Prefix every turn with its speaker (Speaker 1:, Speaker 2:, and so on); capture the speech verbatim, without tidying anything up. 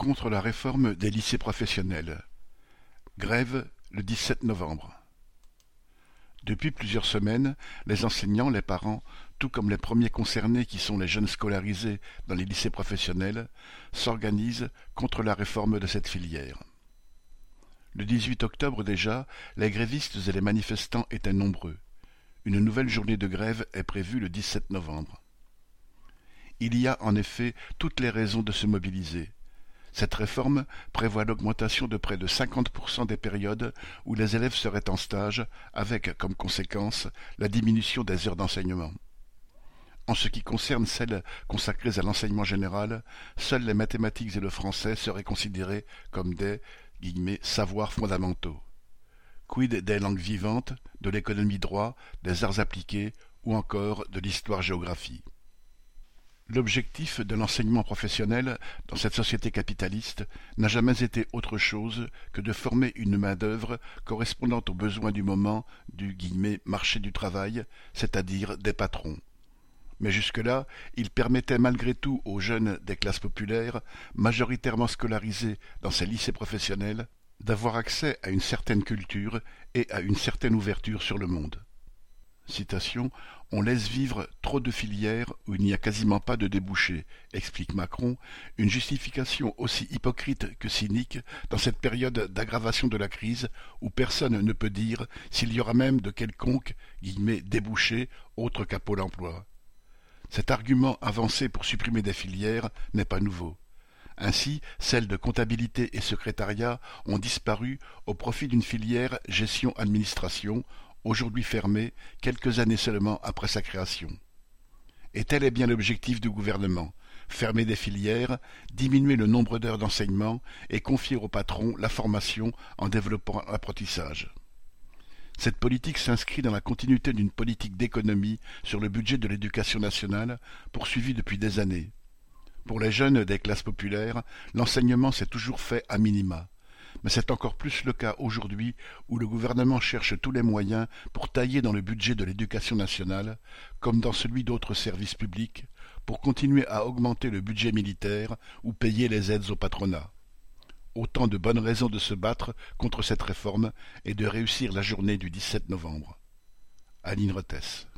Speaker 1: Contre la réforme des lycées professionnels. Grève le dix-sept novembre. Depuis plusieurs semaines, les enseignants, les parents, tout comme les premiers concernés qui sont les jeunes scolarisés dans les lycées professionnels, s'organisent contre la réforme de cette filière. Le dix-huit octobre déjà, les grévistes et les manifestants étaient nombreux. Une nouvelle journée de grève est prévue le dix-sept novembre. Il y a en effet toutes les raisons de se mobiliser. Cette réforme prévoit l'augmentation de près de cinquante pour cent des périodes où les élèves seraient en stage, avec comme conséquence la diminution des heures d'enseignement. En ce qui concerne celles consacrées à l'enseignement général, seuls les mathématiques et le français seraient considérés comme des guillemets, savoirs fondamentaux. Quid des langues vivantes, de l'économie droit, des arts appliqués ou encore de l'histoire-géographie. L'objectif de l'enseignement professionnel dans cette société capitaliste n'a jamais été autre chose que de former une main-d'œuvre correspondant aux besoins du moment du guillemets, marché du travail, c'est-à-dire des patrons. Mais jusque-là, il permettait malgré tout aux jeunes des classes populaires, majoritairement scolarisés dans ces lycées professionnels, d'avoir accès à une certaine culture et à une certaine ouverture sur le monde. Citation, « On laisse vivre trop de filières où il n'y a quasiment pas de débouchés », explique Macron, une justification aussi hypocrite que cynique dans cette période d'aggravation de la crise où personne ne peut dire s'il y aura même de quelconques guillemets, débouchés autres qu'à Pôle emploi. Cet argument avancé pour supprimer des filières n'est pas nouveau. Ainsi, celles de comptabilité et secrétariat ont disparu au profit d'une filière gestion-administration, aujourd'hui fermée quelques années seulement après sa création. Et tel est bien l'objectif du gouvernement, fermer des filières, diminuer le nombre d'heures d'enseignement et confier aux patrons la formation en développant l'apprentissage. Cette politique s'inscrit dans la continuité d'une politique d'économie sur le budget de l'éducation nationale poursuivie depuis des années. Pour les jeunes des classes populaires, l'enseignement s'est toujours fait à minima. Mais c'est encore plus le cas aujourd'hui où le gouvernement cherche tous les moyens pour tailler dans le budget de l'éducation nationale, comme dans celui d'autres services publics, pour continuer à augmenter le budget militaire ou payer les aides au patronat. Autant de bonnes raisons de se battre contre cette réforme et de réussir la journée du dix-sept novembre. Aline Rethès.